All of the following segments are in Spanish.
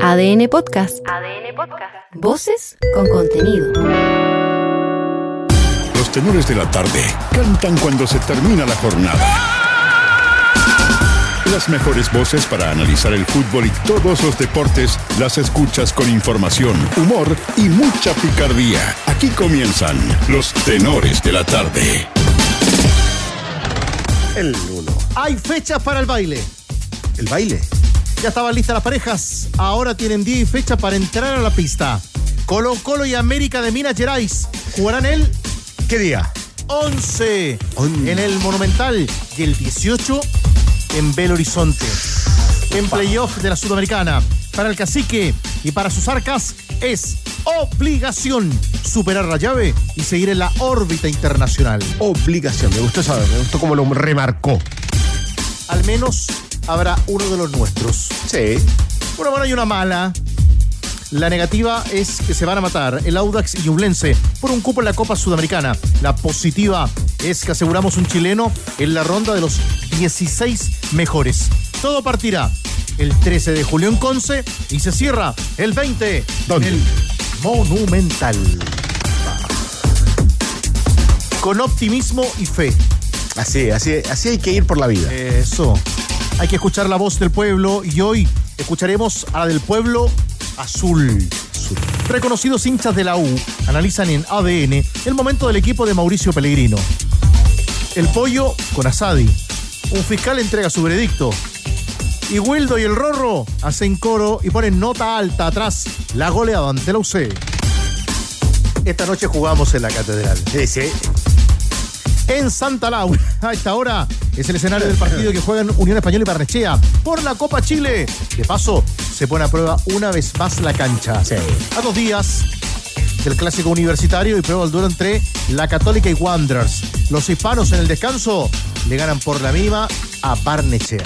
ADN Podcast. ADN Podcast. Voces con contenido. Los tenores de la tarde cantan cuando se termina la jornada. Las mejores voces para analizar el fútbol y todos los deportes las escuchas con información, humor y mucha picardía. Aquí comienzan los tenores de la tarde. El 1. Hay fechas para el baile. ¿El baile? Ya estaban listas las parejas. Ahora tienen día y fecha para entrar a la pista. Colo Colo y América de Minas Gerais jugarán el... ¿Qué día? 11 en el Monumental y el 18 en Belo Horizonte. En playoff de la Sudamericana, para el Cacique y para sus arcas es obligación superar la llave y seguir en la órbita internacional. Obligación, me gustó saber, me gustó cómo lo remarcó. Al menos habrá uno de los nuestros. Sí. Una buena y una mala. La negativa es que se van a matar el Audax y Ñublense por un cupo en la Copa Sudamericana. La positiva es que aseguramos un chileno en la ronda de los 16 mejores. Todo partirá el 13 de julio en Conce y se cierra el 20 ¿Dónde? en el Monumental. Con optimismo y fe. Así hay que ir por la vida. Eso. Hay que escuchar la voz del pueblo y hoy escucharemos a la del pueblo azul. Reconocidos hinchas de la U analizan en ADN el momento del equipo de Mauricio Pellegrino. El pollo con Asadi. Un fiscal entrega su veredicto. Y Wildo y el Rorro hacen coro y ponen nota alta atrás la goleada ante la UC. Esta noche jugamos en la Catedral. Sí. En Santa Laura, a esta hora, es el escenario del partido que juegan Unión Española y Barnechea por la Copa Chile. De paso, se pone a prueba una vez más la cancha. Sí. A 2 días del clásico universitario y prueba el duelo entre la Católica y Wanderers. Los hispanos en el descanso le ganan por la mínima a Barnechea.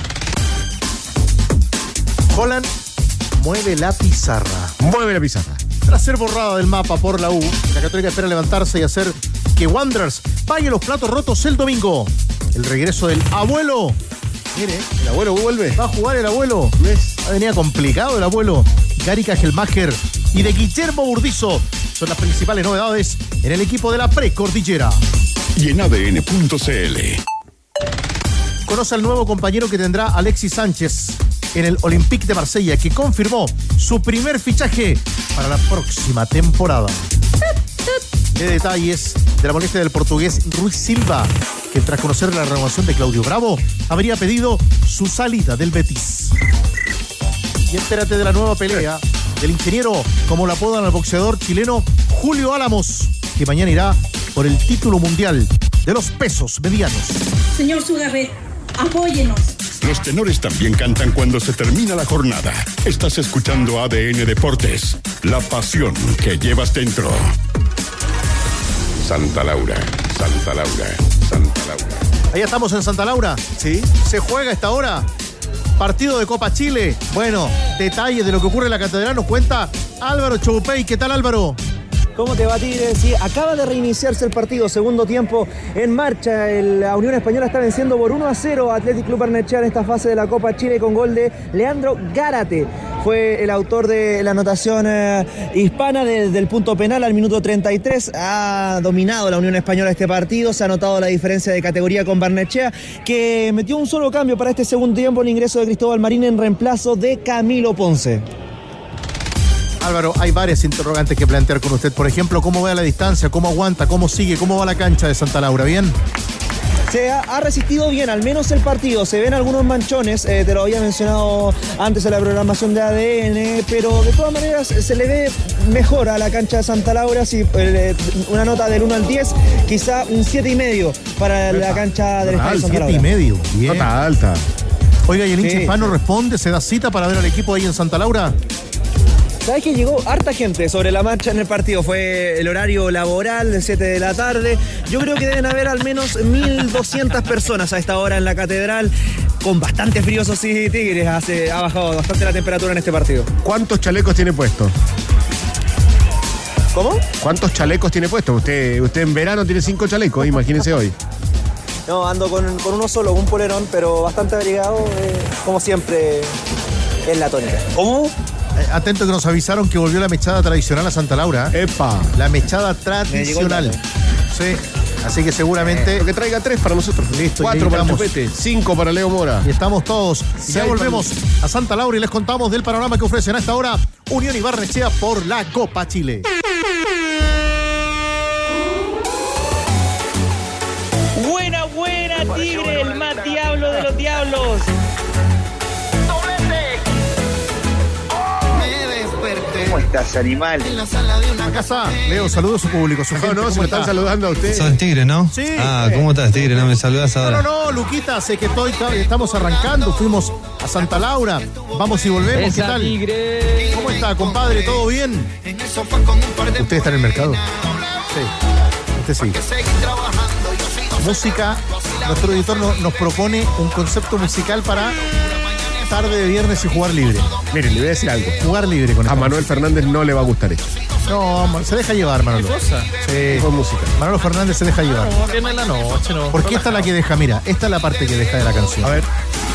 Holland mueve la pizarra. Mueve la pizarra. Tras ser borrada del mapa por la U, la Católica espera levantarse y hacer que Wanderers pague los platos rotos el domingo. El regreso del abuelo. Mire, El abuelo vuelve. va a jugar el abuelo. ¿Ves? Venía complicado el abuelo. Gary Cajelmacher y de Guillermo Burdizo son las principales novedades en el equipo de la precordillera. Y en ADN.cl. Conoce al nuevo compañero que tendrá Alexis Sánchez en el Olympique de Marsella, que confirmó su primer fichaje para la próxima temporada. De detalles de la molestia del portugués Rui Silva, que tras conocer la renovación de Claudio Bravo, habría pedido su salida del Betis. Y entérate de la nueva pelea del ingeniero, como lo apodan al boxeador chileno Julio Álamos, que mañana irá por el título mundial de los pesos medianos. Señor Sugarret, apóyenos. Los tenores también cantan cuando se termina la jornada. Estás escuchando ADN Deportes, la pasión que llevas dentro. Santa Laura, Santa Laura, Santa Laura. Ahí estamos en Santa Laura. Sí. Se juega a esta hora partido de Copa Chile. Bueno, detalles de lo que ocurre en la Catedral nos cuenta Álvaro Choupey. ¿Qué tal, Álvaro? ¿Cómo te va, Tigre? Sí, acaba de reiniciarse el partido, segundo tiempo en marcha. La Unión Española está venciendo por 1-0 a Athletic Club Barnechea en esta fase de la Copa Chile con gol de Leandro Gárate. Fue el autor de la anotación hispana desde el punto penal al minuto 33. Ha dominado la Unión Española este partido. Se ha notado la diferencia de categoría con Barnechea, que metió un solo cambio para este segundo tiempo, el ingreso de Cristóbal Marín en reemplazo de Camilo Ponce. Álvaro, hay varias interrogantes que plantear con usted. Por ejemplo, ¿cómo va la distancia? ¿Cómo aguanta? ¿Cómo sigue? ¿Cómo va la cancha de Santa Laura? ¿Bien? Se ha resistido bien, al menos el partido. Se ven algunos manchones, te lo había mencionado antes en la programación de ADN, pero de todas maneras se le ve mejor a la cancha de Santa Laura. Si una nota del 1 al 10, quizá un 7,5 para la cancha del Estadio Santa Laura. 7,5. Bien. Nota alta. Oiga, ¿y el hincha Sí, hispano sí. responde? ¿Se da cita para ver al equipo ahí en Santa Laura? ¿Sabes que llegó harta gente sobre la marcha en el partido? Fue el horario laboral de 7 de la tarde. Yo creo que deben haber al menos 1.200 personas a esta hora en la Catedral, con bastante frío, eso sí, Tigres. Ha bajado bastante la temperatura en este partido. ¿Cuántos chalecos tiene puesto? ¿Cómo? ¿Cuántos chalecos tiene puesto? Usted en verano tiene 5 chalecos, imagínense hoy. No, ando con uno solo, un polerón, pero bastante abrigado, como siempre, en la tónica. ¿Cómo? Atento que nos avisaron que volvió la mechada tradicional a Santa Laura. ¡Epa! La mechada tradicional. Sí. Así que seguramente. Que traiga 3 para nosotros. Listo. 4 para el Chupete, 5 para Leo Mora. Y estamos todos. Ya volvemos a Santa Laura y les contamos del panorama que ofrecen a esta hora Unión y Barnechea por la Copa Chile. Buena, Tigre, el más diablo de los diablos. ¿Cómo estás, animal? Acá está, Leo, saludos a su público. Su gente, No, se ¿cómo lo están está? saludando a usted. Sos Tigre, ¿no? Sí. ¿Cómo estás, Tigre? No me saludas ahora. No, Luquita, sé que estamos arrancando, fuimos a Santa Laura, vamos y volvemos, Esa ¿qué tal? Tigre. ¿Cómo está, compadre? ¿Todo bien? ¿Usted está en el mercado? Sí, usted sí. Música, nuestro editor nos propone un concepto musical para tarde de viernes y jugar libre. Miren, le voy a decir algo. Jugar libre con A Manuel Fernández no le va a gustar esto. No, se deja llevar, Manolo. ¿Qué cosa? Sí. Con música. Manolo Fernández se deja llevar. No, viene en la noche, no. Porque esta es la que deja, mira, esta es la parte que deja de la canción. A ver.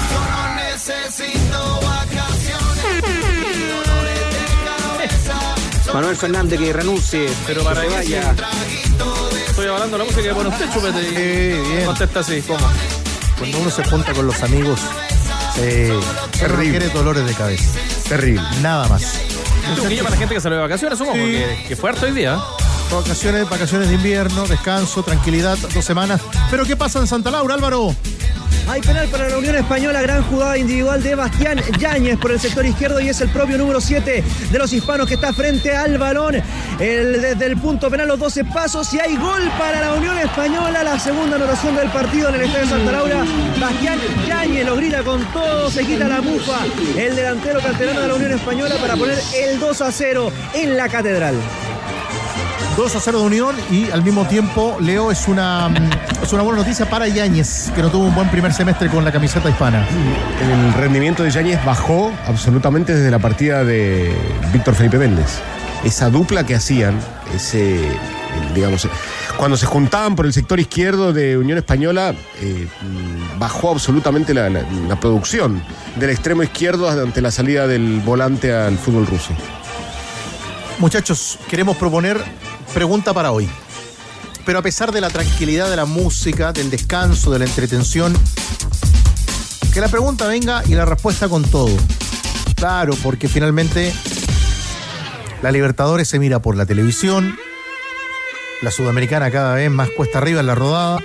Manuel Fernández que renuncie, Pero para que que se vaya. Estoy hablando la música que pone usted, Chupete. Sí, bien. Contesta así, ¿cómo? Cuando uno se junta con los amigos, se requiere dolores de cabeza. Terrible. Nada más. Este un guillo para la gente que salió de vacaciones, supongo, Sí. que fue harto hoy día. Vacaciones de invierno, descanso, tranquilidad, 2 semanas. Pero ¿qué pasa en Santa Laura, Álvaro? Hay penal para la Unión Española, gran jugada individual de Bastián Yáñez por el sector izquierdo y es el propio número 7 de los hispanos que está frente al balón. Desde el punto penal los 12 pasos y hay gol para la Unión Española, la segunda anotación del partido en el estadio de Santa Laura. Bastián Yáñez lo grita con todo, se quita la mufa el delantero canterano de la Unión Española para poner el 2-0 en la Catedral. 2-0 de Unión y al mismo tiempo, Leo, es una buena noticia para Yáñez, que no tuvo un buen primer semestre con la camiseta hispana. El rendimiento de Yáñez bajó absolutamente desde la partida de Víctor Felipe Méndez. Esa dupla que hacían, digamos, cuando se juntaban por el sector izquierdo de Unión Española, bajó absolutamente la producción del extremo izquierdo ante la salida del volante al fútbol ruso. Muchachos, queremos proponer pregunta para hoy. Pero a pesar de la tranquilidad de la música, del descanso, de la entretención, que la pregunta venga y la respuesta con todo. Claro, porque finalmente la Libertadores se mira por la televisión, la Sudamericana cada vez más cuesta arriba en la rodada.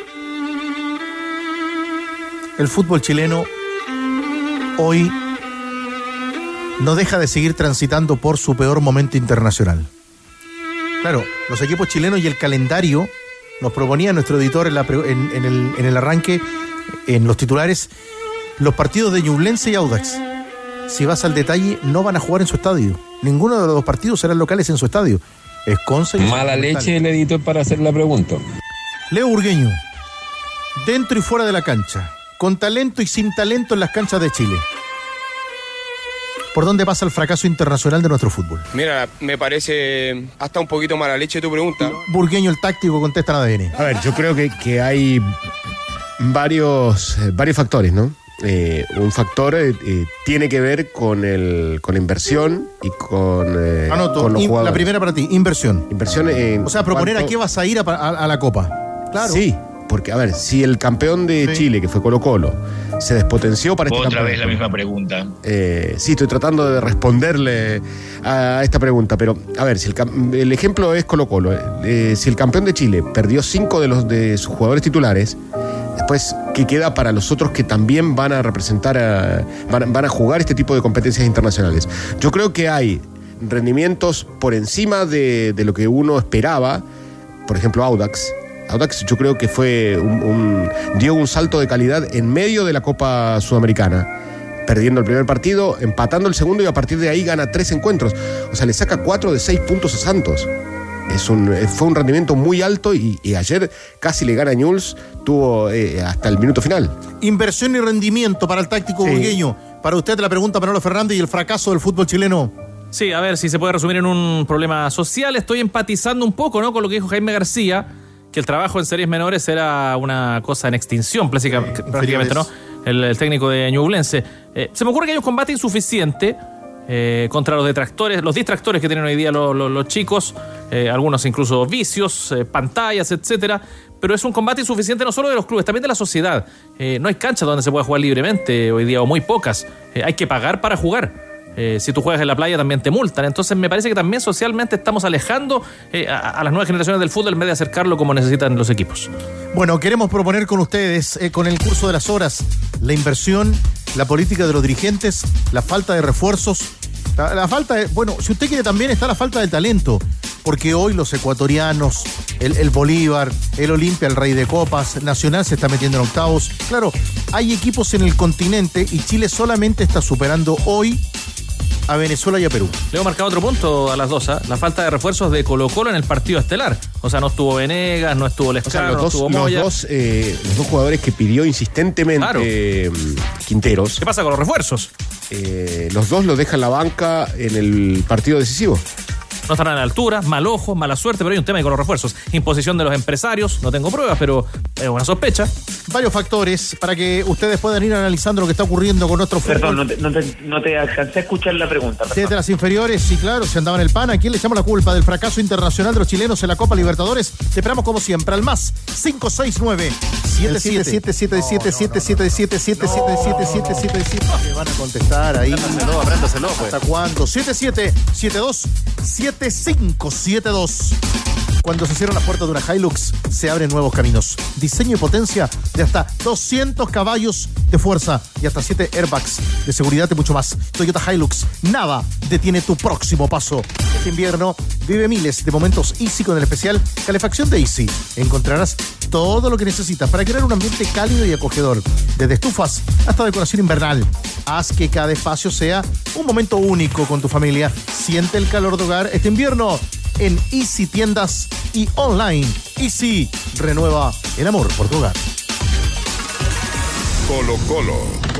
El fútbol chileno hoy no deja de seguir transitando por su peor momento internacional. Claro, los equipos chilenos y el calendario, nos proponía nuestro editor en el arranque, en los titulares, los partidos de Ñublense y Audax. Si vas al detalle, no van a jugar en su estadio. Ninguno de los dos partidos serán locales en su estadio. Es Conce y Mala leche el editor para hacer la pregunta. Leo Burgueño, dentro y fuera de la cancha, con talento y sin talento en las canchas de Chile. ¿Por dónde pasa el fracaso internacional de nuestro fútbol? Mira, me parece hasta un poquito mala leche tu pregunta. Burgueño, el táctico, contesta en ADN. A ver, yo creo que hay varios factores, ¿no? Un factor tiene que ver con la inversión y con los jugadores. La primera para ti, inversión. Inversión en... O sea, proponer a qué vas a ir a la Copa. Claro. Sí, porque, a ver, si el campeón de Chile, que fue Colo-Colo, se despotenció para este Otra vez la misma pregunta. Sí, estoy tratando de responderle a esta pregunta, pero, a ver, si el ejemplo es Colo-Colo. Si el campeón de Chile perdió 5 de sus jugadores titulares, después, ¿qué queda para los otros que también van a representar, van a jugar este tipo de competencias internacionales? Yo creo que hay rendimientos por encima de lo que uno esperaba. Por ejemplo, Audax yo creo que dio un salto de calidad en medio de la Copa Sudamericana, perdiendo el primer partido, empatando el segundo y a partir de ahí gana 3 encuentros. O sea, le saca 4 de 6 puntos a Santos. Fue un rendimiento muy alto y ayer casi le gana a Newell's, tuvo hasta el minuto final. Inversión y rendimiento para el táctico burgueño. Para usted la pregunta, Manolo Fernández, y el fracaso del fútbol chileno. Sí, a ver, si se puede resumir en un problema social. Estoy empatizando un poco, ¿no?, con lo que dijo Jaime García, que el trabajo en series menores era una cosa en extinción, prácticamente, ¿no? El técnico de Ñublense. Se me ocurre que hay un combate insuficiente contra los distractores que tienen hoy día los chicos, algunos incluso vicios, pantallas, etcétera. Pero es un combate insuficiente no solo de los clubes, también de la sociedad. No hay canchas donde se pueda jugar libremente hoy día, o muy pocas. Hay que pagar para jugar. Si tú juegas en la playa también te multan. Entonces me parece que también socialmente estamos alejando a las nuevas generaciones del fútbol en vez de acercarlo como necesitan los equipos. Bueno, queremos proponer con ustedes, con el curso de las horas, la inversión, la política de los dirigentes, la falta de refuerzos, la falta de... Bueno, si usted quiere también está la falta de talento, porque hoy los ecuatorianos, el Bolívar, el Olimpia, el Rey de Copas, Nacional se está metiendo en octavos. Claro, hay equipos en el continente y Chile solamente está superando hoy a Venezuela y a Perú. Le hemos marcado otro punto a las dos, la falta de refuerzos de Colo-Colo en el partido estelar. O sea, no estuvo Venegas, no estuvo Lescano, no estuvo Moya. Los dos jugadores que pidió insistentemente Quinteros. ¿Qué pasa con los refuerzos? Los dos lo dejan la banca en el partido decisivo. No estarán a la altura, mal ojo, mala suerte, pero hay un tema ahí con los refuerzos. Imposición de los empresarios, no tengo pruebas, pero es una sospecha. Varios factores para que ustedes puedan ir analizando lo que está ocurriendo con nuestro fútbol. Perdón, no te alcancé a escuchar la pregunta. Desde las inferiores, sí, claro, se andaba en el pan. ¿A quién le echamos la culpa del fracaso internacional de los chilenos en la Copa Libertadores? Te esperamos como siempre al más 569-7777-7777-7777. Me van a contestar ahí. Apréndaselo, pues. ¿Hasta cuándo? 7772-7572. Cuando se cierran las puertas de una Hilux, se abren nuevos caminos. Diseño y potencia de hasta 200 caballos de fuerza y hasta 7 airbags de seguridad y mucho más. Toyota Hilux, nada detiene tu próximo paso. Este invierno vive miles de momentos Easy con el especial Calefacción de Easy. Encontrarás todo lo que necesitas para crear un ambiente cálido y acogedor. Desde estufas hasta decoración invernal. Haz que cada espacio sea un momento único con tu familia. Siente el calor de hogar este invierno en Easy Tiendas y online. Easy renueva el amor por tu hogar. Colo-Colo.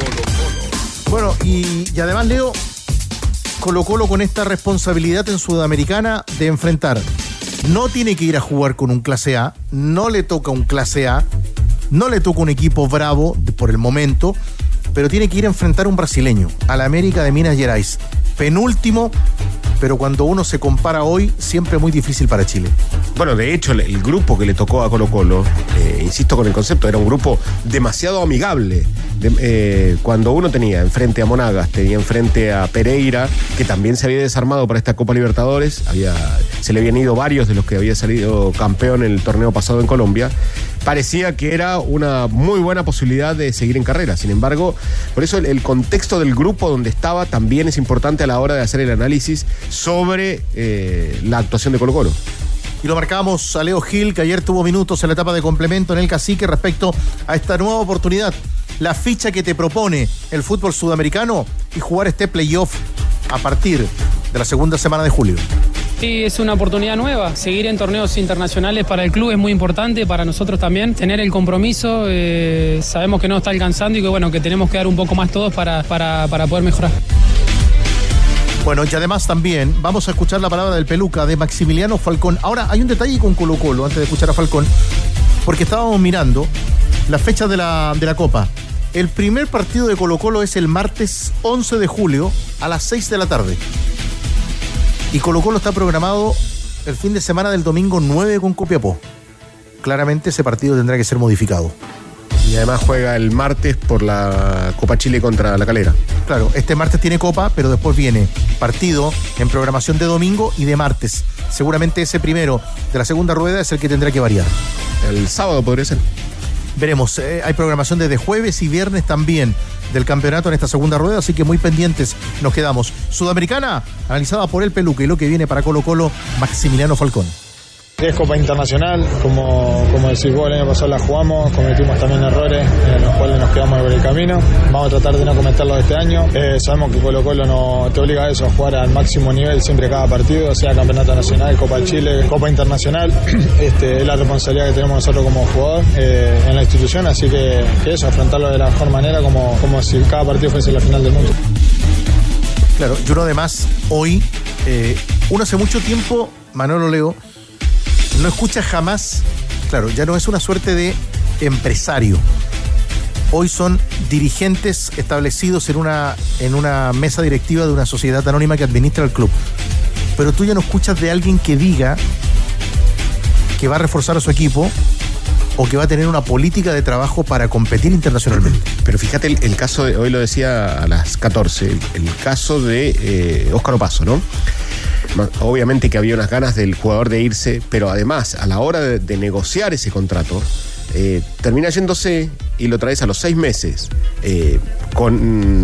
Bueno, y además, Leo, Colo-Colo con esta responsabilidad en Sudamericana de enfrentar. No tiene que ir a jugar con un clase A, no le toca un clase A, no le toca un equipo bravo por el momento, pero tiene que ir a enfrentar a un brasileño, a la América de Minas Gerais. Penúltimo, pero cuando uno se compara hoy, siempre muy difícil para Chile. Bueno, de hecho, el grupo que le tocó a Colo-Colo, insisto con el concepto, era un grupo demasiado amigable. Cuando uno tenía enfrente a Monagas, tenía enfrente a Pereira, que también se había desarmado para esta Copa Libertadores, se le habían ido varios de los que había salido campeón en el torneo pasado en Colombia, parecía que era una muy buena posibilidad de seguir en carrera. Sin embargo, por eso el contexto del grupo donde estaba también es importante a la hora de hacer el análisis sobre la actuación de Colo-Colo. Y lo marcamos a Leo Gil, que ayer tuvo minutos en la etapa de complemento en el Cacique respecto a esta nueva oportunidad. La ficha que te propone el fútbol sudamericano y jugar este playoff a partir de la segunda semana de julio. Sí, es una oportunidad nueva. Seguir en torneos internacionales para el club es muy importante, para nosotros también. Tener el compromiso, sabemos que no está alcanzando y que bueno, que tenemos que dar un poco más todos para poder mejorar. Bueno, y además también vamos a escuchar la palabra del peluca de Maximiliano Falcón. Ahora, hay un detalle con Colo-Colo, antes de escuchar a Falcón, porque estábamos mirando las fechas de la Copa. El primer partido de Colo-Colo es el martes 11 de julio a las 6 de la tarde. Y Colo-Colo está programado el fin de semana del domingo 9 con Copiapó. Claramente ese partido tendrá que ser modificado. Y además juega el martes por la Copa Chile contra La Calera. Claro, este martes tiene Copa, pero después viene partido en programación de domingo y de martes. Seguramente ese primero de la segunda rueda es el que tendrá que variar. El sábado podría ser. Veremos, hay programación desde jueves y viernes también del campeonato en esta segunda rueda, así que muy pendientes nos quedamos. Sudamericana, analizada por el peluca, y lo que viene para Colo-Colo, Maximiliano Falcón. Es Copa Internacional, como decís vos, el año pasado la jugamos, cometimos también errores en los cuales nos quedamos por el camino. Vamos a tratar de no cometerlos este año. Sabemos que Colo-Colo no te obliga a eso, a jugar al máximo nivel siempre cada partido, sea Campeonato Nacional, Copa Chile, Copa Internacional. Es la responsabilidad que tenemos nosotros como jugador en la institución, así que eso, afrontarlo de la mejor manera, como si cada partido fuese la final del mundo. Claro, y uno además, hoy, uno hace mucho tiempo, Manolo, Leo, no escucha jamás, claro, ya no es una suerte de empresario, hoy son dirigentes establecidos en una mesa directiva de una sociedad anónima que administra el club. Pero tú ya no escuchas de alguien que diga que va a reforzar a su equipo o que va a tener una política de trabajo para competir internacionalmente. Pero fíjate el caso de, hoy lo decía a las 14, el caso de Óscar Opaso, ¿no? Obviamente que había unas ganas del jugador de irse, pero además a la hora de negociar ese contrato, termina yéndose y lo traes a los 6 meses, con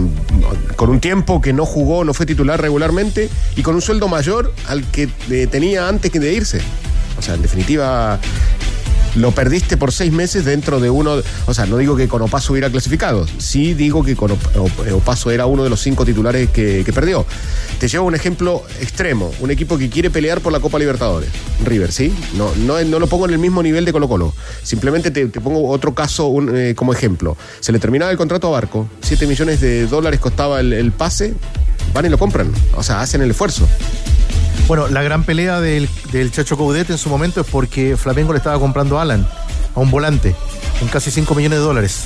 un tiempo que no jugó, no fue titular regularmente y con un sueldo mayor al que tenía antes de irse. O sea, en definitiva, lo perdiste por 6 meses dentro de uno. O sea, no digo que con Opaso hubiera clasificado, sí digo que con Opaso era uno de los 5 titulares que perdió. Te llevo un ejemplo extremo, un equipo que quiere pelear por la Copa Libertadores, River, ¿sí? No lo pongo en el mismo nivel de Colo-Colo, simplemente te pongo otro caso como ejemplo. Se le terminaba el contrato a Barco, $7 millones costaba el pase, van y lo compran, o sea, hacen el esfuerzo. Bueno, la gran pelea del Chacho Coudet en su momento es porque Flamengo le estaba comprando a Alan, a un volante, en casi $5 millones,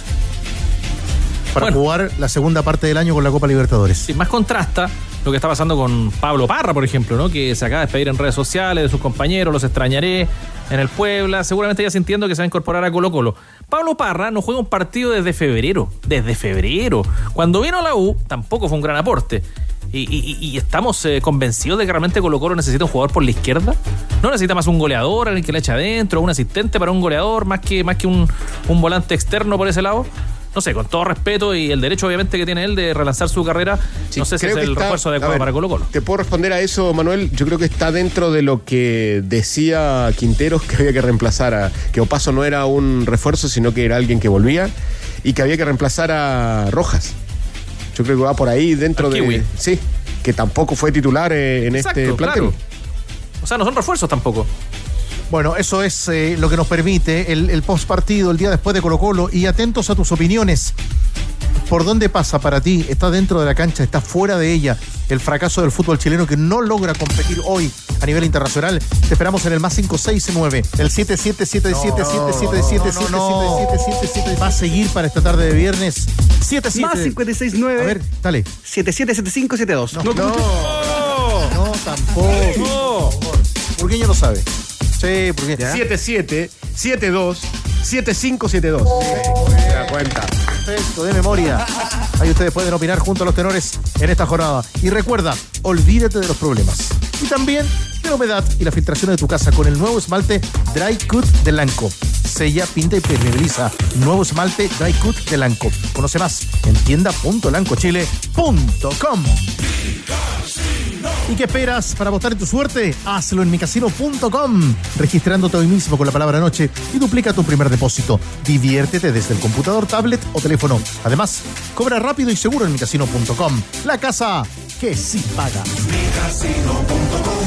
para jugar la segunda parte del año con la Copa Libertadores. Sí, más contrasta lo que está pasando con Pablo Parra, por ejemplo, ¿no? Que se acaba de despedir en redes sociales de sus compañeros, los extrañaré en el Puebla, seguramente ya sintiendo que se va a incorporar a Colo-Colo. Pablo Parra no juega un partido desde febrero. Cuando vino a la U, tampoco fue un gran aporte. Y estamos convencidos de que realmente Colo-Colo necesita un jugador por la izquierda. No necesita más un goleador, alguien que le eche adentro, un asistente para un goleador, más que un volante externo por ese lado. No sé, con todo respeto y el derecho obviamente que tiene él de relanzar su carrera, sí, no sé si es el refuerzo adecuado para Colo-Colo. ¿Te puedo responder a eso, Manuel? Yo creo que está dentro de lo que decía Quinteros, que había que reemplazar que Opaso no era un refuerzo, sino que era alguien que volvía y que había que reemplazar a Rojas. Yo creo que va por ahí dentro de... Kiwi. Sí, que tampoco fue titular en este plantel. Claro. O sea, no son refuerzos tampoco. Bueno, eso es lo que nos permite el postpartido, el día después de Colo-Colo. Y atentos a tus opiniones. ¿Por dónde pasa para ti? ¿Está dentro de la cancha? ¿Está fuera de ella? El fracaso del fútbol chileno que no logra competir hoy a nivel internacional. Te esperamos en el más 569, el 7777777777. Va a seguir para esta tarde de viernes. 77. Más 569. A ver, dale. 777572. No, tampoco. Burgueño lo sabe. Sí, porque 7772 7572. Se da cuenta. Perfecto, de memoria. Ahí ustedes pueden opinar junto a los tenores en esta jornada. Y recuerda, olvídate de los problemas. Y también de la humedad y la filtración de tu casa con el nuevo esmalte Dry Cut de Lanco. Sella, pinta y permeabiliza. Nuevo esmalte Dry Cut de Lanco. Conoce más en tienda.lancochile.com. ¿Y qué esperas para votar en tu suerte? Hazlo en micasino.com, registrándote hoy mismo con la palabra noche y duplica tu primer depósito. Diviértete desde el computador, tablet o teléfono. Además, cobra rápido y seguro en micasino.com. La casa que sí paga. Micasino.com.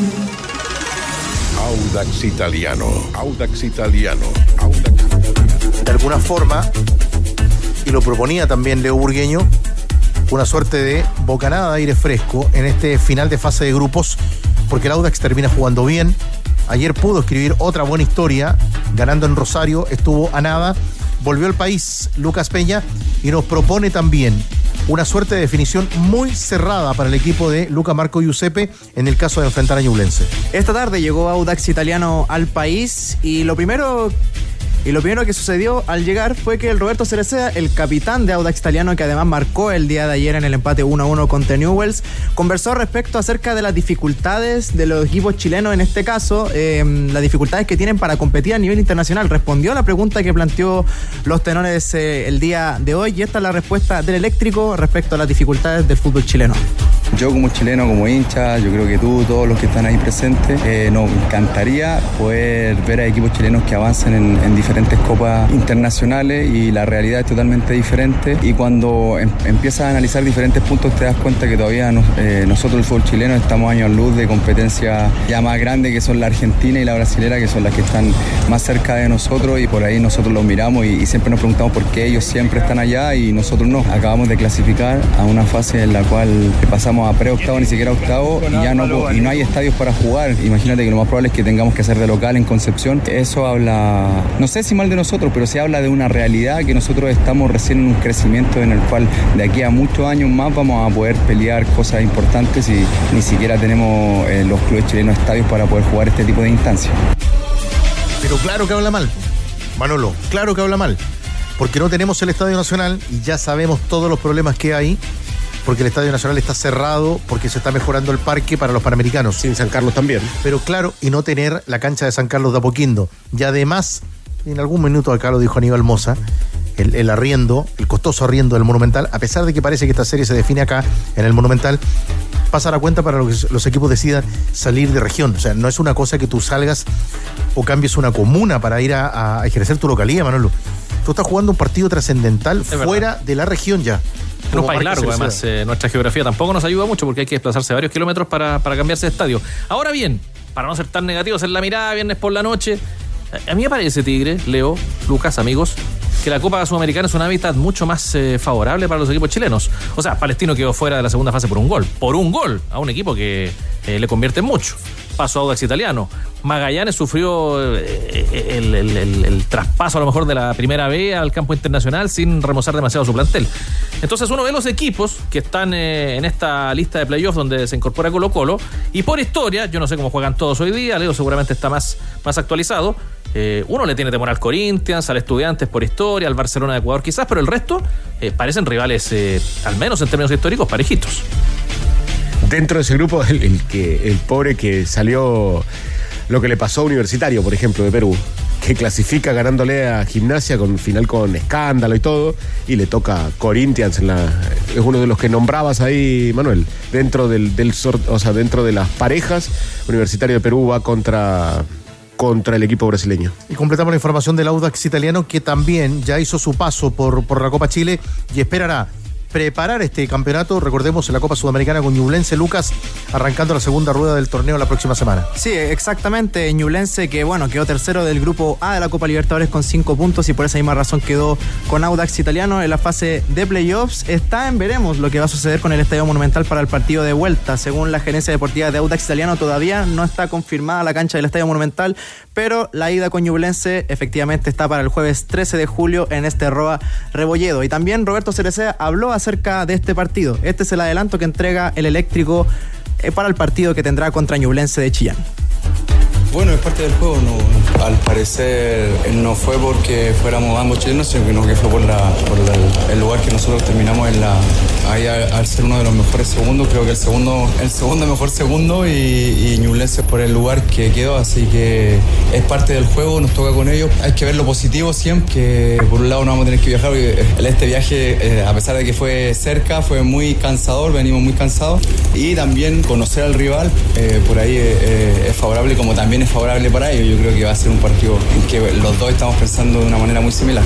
Audax Italiano. De alguna forma, y lo proponía también Leo Burgueño, una suerte de bocanada de aire fresco en este final de fase de grupos, porque el Audax termina jugando bien. Ayer pudo escribir otra buena historia, ganando en Rosario, estuvo a nada, volvió al país Lucas Peña y nos propone también una suerte de definición muy cerrada para el equipo de Luca Marco Giuseppe en el caso de enfrentar a Ñublense. Esta tarde llegó Audax Italiano al país y lo primero que sucedió al llegar fue que el Roberto Cereceda, el capitán de Audax Italiano, que además marcó el día de ayer en el empate 1-1 contra Newell's, conversó respecto acerca de las dificultades de los equipos chilenos, en este caso, las dificultades que tienen para competir a nivel internacional. Respondió a la pregunta que planteó los tenores el día de hoy, y esta es la respuesta del Eléctrico respecto a las dificultades del fútbol chileno. Yo como chileno, como hincha, yo creo que tú, todos los que están ahí presentes, nos encantaría poder ver a equipos chilenos que avancen en diferentes copas internacionales, y la realidad es totalmente diferente, y cuando empiezas a analizar diferentes puntos te das cuenta que todavía nosotros el fútbol chileno estamos años luz de competencia ya más grande, que son la argentina y la brasilera, que son las que están más cerca de nosotros, y por ahí nosotros los miramos y siempre nos preguntamos por qué ellos siempre están allá y nosotros no. Acabamos de clasificar a una fase en la cual pasamos a pre-octavo, ni siquiera octavo, y ya no hay estadios para jugar. Imagínate que lo más probable es que tengamos que hacer de local en Concepción. Eso habla, no sé sé si mal de nosotros, pero se habla de una realidad que nosotros estamos recién en un crecimiento en el cual de aquí a muchos años más vamos a poder pelear cosas importantes y ni siquiera tenemos los clubes chilenos estadios para poder jugar este tipo de instancias. Pero claro que habla mal, Manolo, claro que habla mal, porque no tenemos el Estadio Nacional y ya sabemos todos los problemas que hay, porque el Estadio Nacional está cerrado, porque se está mejorando el parque para los Panamericanos. Sin San Carlos también. Pero claro, y no tener la cancha de San Carlos de Apoquindo. Y además, en algún minuto acá lo dijo Aníbal Mosa, el arriendo, el costoso arriendo del Monumental, a pesar de que parece que esta serie se define acá, en el Monumental, pasa la cuenta para los equipos decidan salir de región. O sea, no es una cosa que tú salgas o cambies una comuna para ir a ejercer tu localía, Manolo. Tú estás jugando un partido trascendental fuera de la región ya. En un país largo, además, nuestra geografía tampoco nos ayuda mucho porque hay que desplazarse varios kilómetros para cambiarse de estadio. Ahora bien, para no ser tan negativos en la mirada, viernes por la noche, a mí me parece, Tigre, Leo, Lucas, amigos, que la Copa Sudamericana es un hábitat mucho más favorable para los equipos chilenos. O sea, Palestino quedó fuera de la segunda fase por un gol a un equipo que le convierte en mucho. Pasó a Audax Italiano. Magallanes sufrió el traspaso a lo mejor de la primera B al campo internacional sin remozar demasiado su plantel. Entonces uno ve los equipos que están en esta lista de playoffs donde se incorpora Colo-Colo y por historia, yo no sé cómo juegan todos hoy día, Leo seguramente está más actualizado. Uno le tiene temor al Corinthians, al Estudiantes por historia, al Barcelona de Ecuador quizás, pero el resto parecen rivales, al menos en términos históricos, parejitos. Dentro de ese grupo, el pobre que salió lo que le pasó a Universitario, por ejemplo, de Perú, que clasifica ganándole a Gimnasia con final con escándalo y todo, y le toca Corinthians es uno de los que nombrabas ahí, Manuel, dentro dentro de las parejas. Universitario de Perú va contra el equipo brasileño. Y completamos la información del Audax Italiano, que también ya hizo su paso por la Copa Chile y esperará preparar este campeonato, recordemos, en la Copa Sudamericana con Ñublense, Lucas, arrancando la segunda rueda del torneo la próxima semana. Sí, exactamente, Ñublense que quedó tercero del grupo A de la Copa Libertadores con 5 puntos y por esa misma razón quedó con Audax Italiano en la fase de playoffs. Está en veremos lo que va a suceder con el Estadio Monumental para el partido de vuelta. Según la gerencia deportiva de Audax Italiano, todavía no está confirmada la cancha del Estadio Monumental, pero la ida con Ñublense efectivamente está para el jueves 13 de julio en este Roa Rebolledo. Y también Roberto Cereceda habló acerca de este partido. Este es el adelanto que entrega el eléctrico para el partido que tendrá contra Ñublense de Chillán. Bueno, es parte del juego. No, al parecer no fue porque fuéramos ambos chilenos, sino que fue por el lugar que nosotros terminamos ahí al ser uno de los mejores segundos. Creo que el segundo mejor segundo y Ñublense por el lugar que quedó, así que es parte del juego, nos toca con ellos. Hay que ver lo positivo siempre, que por un lado no vamos a tener que viajar, este viaje, a pesar de que fue cerca, fue muy cansador, venimos muy cansados, y también conocer al rival, por ahí es favorable, como también es favorable para ellos. Yo creo que va a ser un partido en que los dos estamos pensando de una manera muy similar.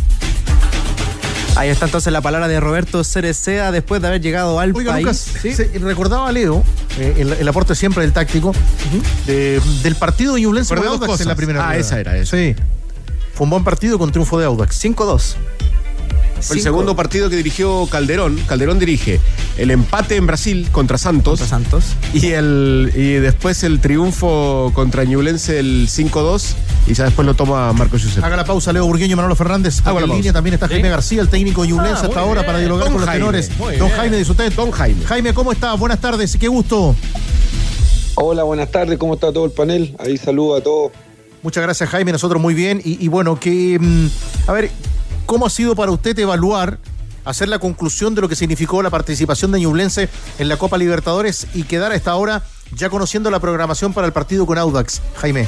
Ahí está entonces la palabra de Roberto Cereceda después de haber llegado al país. Lucas, ¿sí? Recordaba a Leo el aporte siempre del táctico del partido de Ñublense con Audax en la primera rueda. Esa era eso. Sí. Fue un buen partido con triunfo de Audax. 5-2. Fue el segundo partido que dirigió Calderón. Calderón dirige el empate en Brasil contra Santos. Y después el triunfo contra Ñublense, el 5-2. Y ya después lo toma Marco Giuseppe. Haga la pausa, Leo Burgueño y Manolo Fernández. En línea también está Jaime García, el técnico de Ñublense hasta ahora, para dialogar con los tenores. Don Jaime de usted. Don Jaime. Jaime, ¿cómo está? Buenas tardes, qué gusto. Hola, buenas tardes, ¿cómo está todo el panel? Ahí saludo a todos. Muchas gracias, Jaime, nosotros muy bien. Y bueno, a ver, ¿cómo ha sido para usted evaluar, hacer la conclusión de lo que significó la participación de Ñublense en la Copa Libertadores y quedar a esta hora ya conociendo la programación para el partido con Audax? Jaime.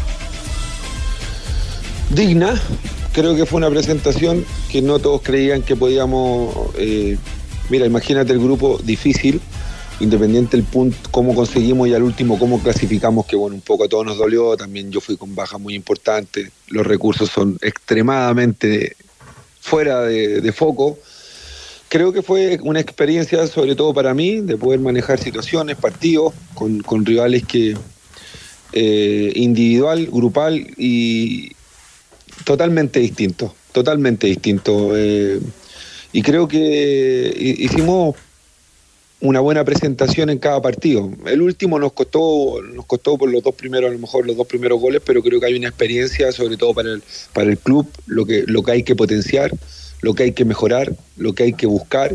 Digna, creo que fue una presentación que no todos creían que podíamos. Mira, imagínate el grupo difícil, independiente del punto, cómo conseguimos y al último cómo clasificamos, que bueno, un poco a todos nos dolió. También yo fui con bajas muy importantes, los recursos son extremadamente fuera de foco. Creo que fue una experiencia, sobre todo para mí, de poder manejar situaciones, partidos, con rivales que individual, grupal y totalmente distinto. Y creo que hicimos una buena presentación en cada partido. El último nos costó por los dos primeros, a lo mejor los dos primeros goles, pero creo que hay una experiencia, sobre todo para el club, lo que hay que potenciar, lo que hay que mejorar, lo que hay que buscar.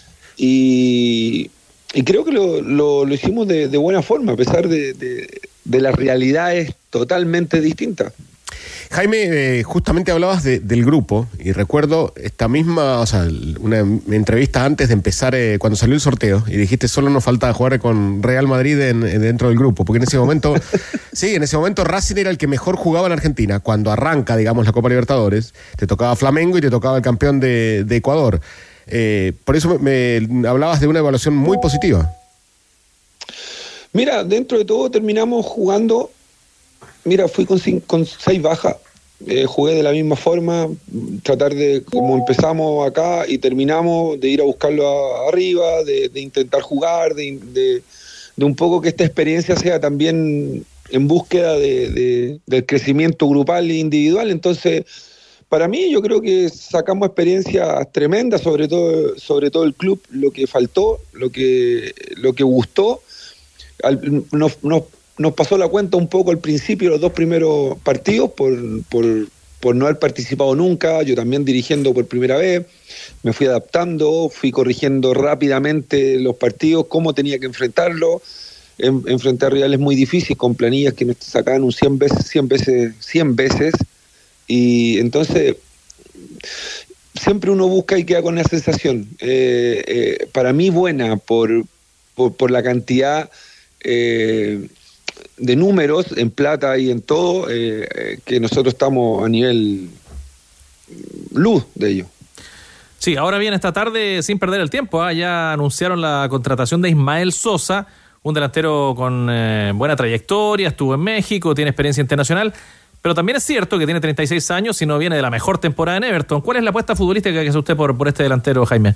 Y creo que lo hicimos de buena forma, a pesar de las realidades totalmente distintas. Jaime, justamente hablabas del grupo y recuerdo esta misma, una entrevista antes de empezar, cuando salió el sorteo, y dijiste solo nos falta jugar con Real Madrid dentro del grupo, porque en ese momento, Racing era el que mejor jugaba en Argentina. Cuando arranca, digamos, la Copa Libertadores, te tocaba Flamengo y te tocaba el campeón de Ecuador. Por eso me hablabas de una evaluación muy positiva. Mira, dentro de todo terminamos jugando. Mira, fui con 6 bajas, jugué de la misma forma, tratar de, como empezamos acá y terminamos, de ir a buscarlo arriba, de intentar jugar, de un poco que esta experiencia sea también en búsqueda del crecimiento grupal e individual. Entonces, para mí yo creo que sacamos experiencias tremendas, sobre todo el club, lo que faltó, lo que gustó, nos pasó la cuenta un poco al principio, los 2 primeros partidos, por no haber participado nunca, yo también dirigiendo por primera vez, me fui adaptando, fui corrigiendo rápidamente los partidos, cómo tenía que enfrentarlo, enfrentar rivales muy difíciles, con planillas que nos sacaban un 100 veces, y entonces siempre uno busca y queda con esa sensación, para mí buena, por la cantidad de números en plata y en todo, que nosotros estamos a nivel luz de ello. Sí, ahora bien, esta tarde, sin perder el tiempo, ya anunciaron la contratación de Ismael Sosa, un delantero con buena trayectoria, estuvo en México, tiene experiencia internacional, pero también es cierto que tiene 36 años y no viene de la mejor temporada en Everton. ¿Cuál es la apuesta futbolística que hace usted por este delantero, Jaime?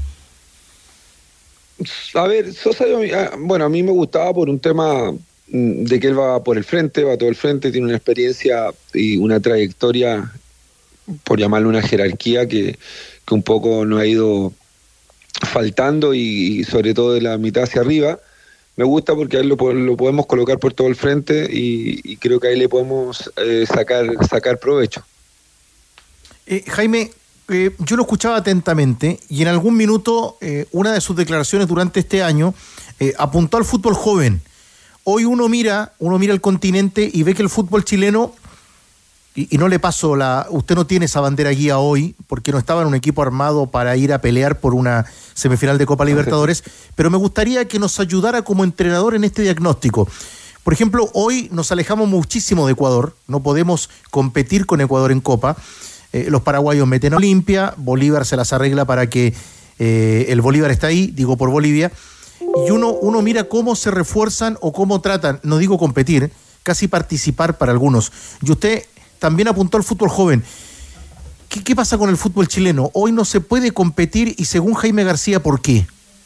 A ver, Sosa, a mí me gustaba por un tema de que él va por el frente, va todo el frente, tiene una experiencia y una trayectoria, por llamarlo una jerarquía, que un poco nos ha ido faltando, y sobre todo de la mitad hacia arriba. Me gusta porque a él lo podemos colocar por todo el frente y creo que ahí le podemos sacar provecho. Jaime, yo lo escuchaba atentamente y en algún minuto una de sus declaraciones durante este año apuntó al fútbol joven. Hoy uno mira el continente y ve que el fútbol chileno, y no le paso usted no tiene esa bandera guía hoy porque no estaba en un equipo armado para ir a pelear por una semifinal de Copa Libertadores, pero me gustaría que nos ayudara como entrenador en este diagnóstico. Por ejemplo, hoy nos alejamos muchísimo de Ecuador, no podemos competir con Ecuador en Copa. Los paraguayos meten a Olimpia, Bolívar se las arregla para que el Bolívar está ahí, digo por Bolivia, y uno mira cómo se refuerzan o cómo tratan, no digo competir, casi participar para algunos. Y usted también apuntó al fútbol joven. ¿Qué pasa con el fútbol chileno? Hoy no se puede competir y según Jaime García, ¿por qué?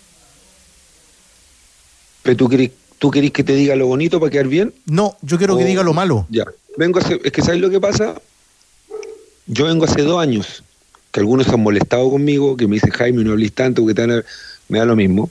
¿Pero tú querés que te diga lo bonito para quedar bien? No, yo quiero que diga lo malo. Ya, es que ¿sabes lo que pasa? Yo vengo hace 2 años, que algunos han molestado conmigo, que me dicen, Jaime, no hables tanto, porque me da lo mismo.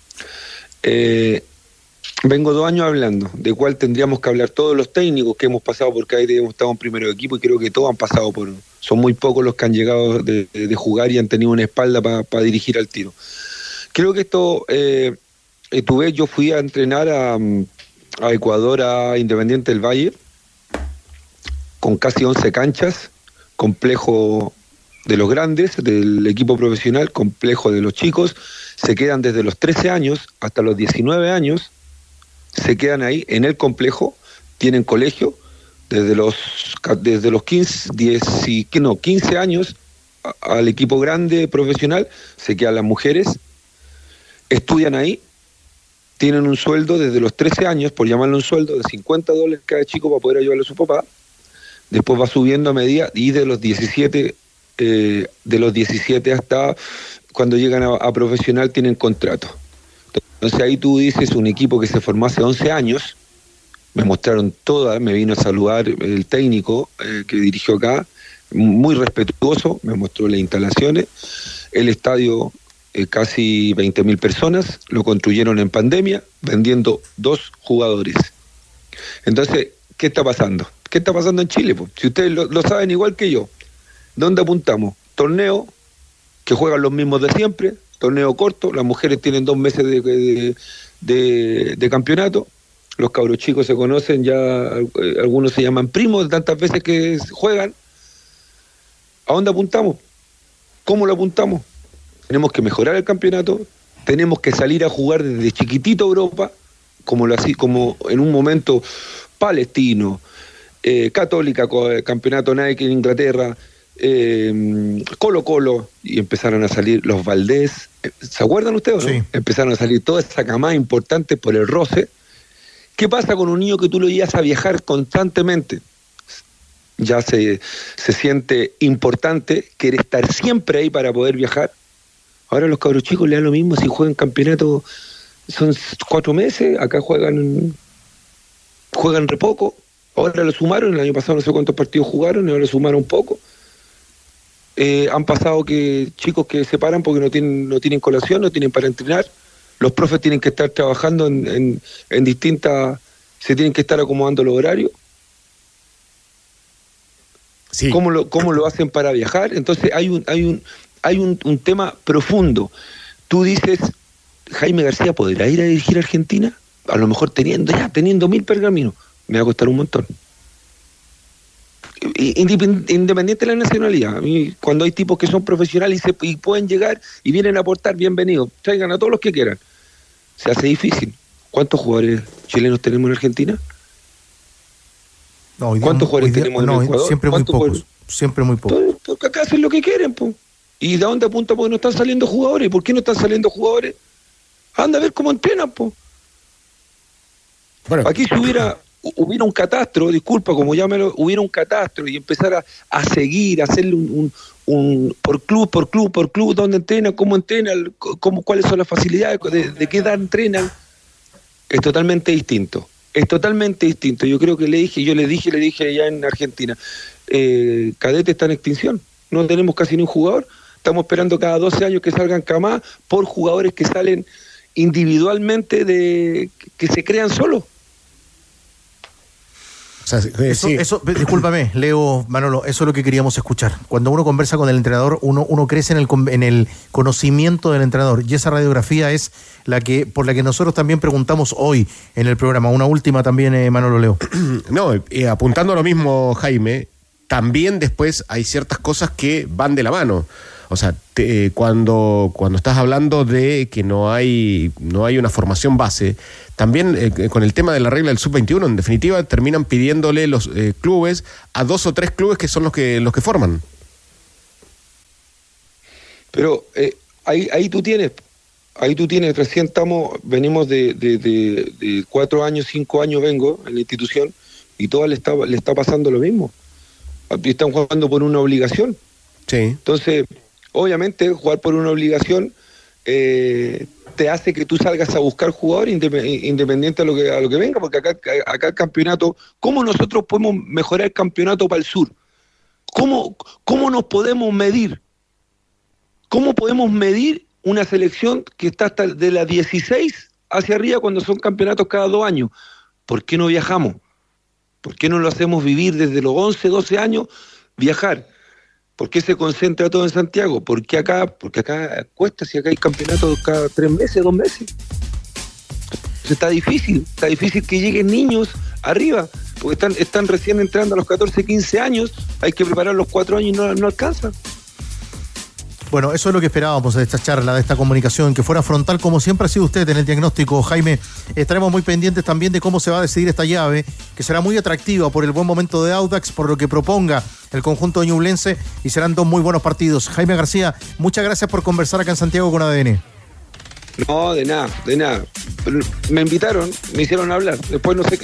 Vengo 2 años hablando, de cuál tendríamos que hablar todos los técnicos que hemos pasado, porque ahí hemos estado en primero equipo y creo que todos han pasado son muy pocos los que han llegado de jugar y han tenido una espalda para dirigir al tiro. Creo que esto, yo fui a entrenar a Ecuador, a Independiente del Valle, con casi 11 canchas, complejo de los grandes, del equipo profesional, complejo de los chicos, se quedan desde los 13 años hasta los 19 años, se quedan ahí en el complejo, tienen colegio, desde los 15 años al equipo grande profesional, se quedan las mujeres, estudian ahí, tienen un sueldo desde los 13 años, por llamarlo un sueldo, de $50 cada chico para poder ayudarle a su papá, después va subiendo a medida y de los 17 hasta cuando llegan a profesional tienen contrato. Entonces ahí tú dices, un equipo que se formó hace 11 años, me mostraron todas, me vino a saludar el técnico que dirigió acá, muy respetuoso, me mostró las instalaciones, el estadio casi 20.000 personas, lo construyeron en pandemia, vendiendo 2 jugadores. Entonces, ¿qué está pasando? ¿Qué está pasando en Chile? Po? Si ustedes lo saben igual que yo, ¿dónde apuntamos? Torneo que juegan los mismos de siempre, torneo corto, las mujeres tienen 2 meses de campeonato, los cabros chicos se conocen, ya algunos se llaman primos de tantas veces que juegan. ¿A dónde apuntamos? ¿Cómo lo apuntamos? Tenemos que mejorar el campeonato, tenemos que salir a jugar desde chiquitito a Europa, como en un momento Palestino, Católica, campeonato Nike en Inglaterra, Colo-Colo, y empezaron a salir los Valdés. ¿Se acuerdan ustedes? Sí. ¿No? Empezaron a salir toda esa camada importante por el roce. ¿Qué pasa con un niño que tú lo llevas a viajar constantemente? Ya se siente importante, quiere estar siempre ahí para poder viajar. Ahora los cabros chicos le dan lo mismo si juegan campeonato, son 4 meses, acá juegan re poco. Ahora lo sumaron, el año pasado no sé cuántos partidos jugaron, ahora lo sumaron un poco. Han pasado que chicos que se paran porque no tienen colación, no tienen para entrenar. Los profes tienen que estar trabajando en distintas, se tienen que estar acomodando los horarios. Sí. ¿Cómo lo hacen para viajar? Entonces hay un tema profundo. Tú dices, Jaime García podrá ir a dirigir a Argentina, a lo mejor teniendo 1.000 pergaminos, me va a costar un montón. Independiente de la nacionalidad, a mí, cuando hay tipos que son profesionales y pueden llegar y vienen a aportar, bienvenidos, traigan a todos los que quieran. Se hace difícil. ¿Cuántos jugadores chilenos tenemos en Argentina? No, ¿cuántos jugadores tenemos en Ecuador? Siempre muy pocos. Porque acá hacen lo que quieren, po. ¿Y de dónde apunta? Porque no están saliendo jugadores. ¿Por qué no están saliendo jugadores? Anda a ver cómo entrenan, po. Bueno. Aquí si hubiera un catastro, disculpa, como llámelo, hubiera un catastro y empezar a seguir, a hacerle un por club, dónde entrenan, cómo entrenan, cuáles son las facilidades, de qué edad entrenan, es totalmente distinto. Es totalmente distinto. Yo creo que le dije allá en Argentina, Cadete está en extinción. No tenemos casi ni un jugador. Estamos esperando cada 12 años que salgan camás por jugadores que salen individualmente que se crean solos. O sea, eso, discúlpame, Leo, Manolo, eso es lo que queríamos escuchar. Cuando uno conversa con el entrenador, uno crece en el conocimiento del entrenador, y esa radiografía es por la que nosotros también preguntamos hoy en el programa. Una última también, Manolo, Leo. No, apuntando a lo mismo, Jaime, también después hay ciertas cosas que van de la mano. O sea, cuando estás hablando de que no hay una formación base, también con el tema de la regla del sub-21, en definitiva terminan pidiéndole los clubes a 2 o 3 clubes que son los que forman. Pero ahí tú tienes, recién venimos de 4 años, 5 años vengo en la institución y todo le está pasando lo mismo. Están jugando por una obligación. Sí. Entonces, obviamente, jugar por una obligación te hace que tú salgas a buscar jugadores independiente a lo que venga, porque acá el campeonato, ¿cómo nosotros podemos mejorar el campeonato para el sur? ¿Cómo nos podemos medir? ¿Cómo podemos medir una selección que está hasta de la 16 hacia arriba cuando son campeonatos cada 2 años? ¿Por qué no viajamos? ¿Por qué no lo hacemos vivir desde los 11, 12 años, viajar? ¿Por qué se concentra todo en Santiago? Porque acá cuesta, si acá hay campeonatos cada 3 meses, 2 meses. Entonces está difícil que lleguen niños arriba, porque están recién entrando a los 14, 15 años, hay que preparar los 4 años y no alcanzan. Bueno, eso es lo que esperábamos de esta charla, de esta comunicación, que fuera frontal como siempre ha sido usted en el diagnóstico, Jaime. Estaremos muy pendientes también de cómo se va a decidir esta llave, que será muy atractiva por el buen momento de Audax, por lo que proponga el conjunto ñublense, y serán 2 muy buenos partidos. Jaime García, muchas gracias por conversar acá en Santiago con ADN. No, de nada. Me invitaron, me hicieron hablar, después no sé qué.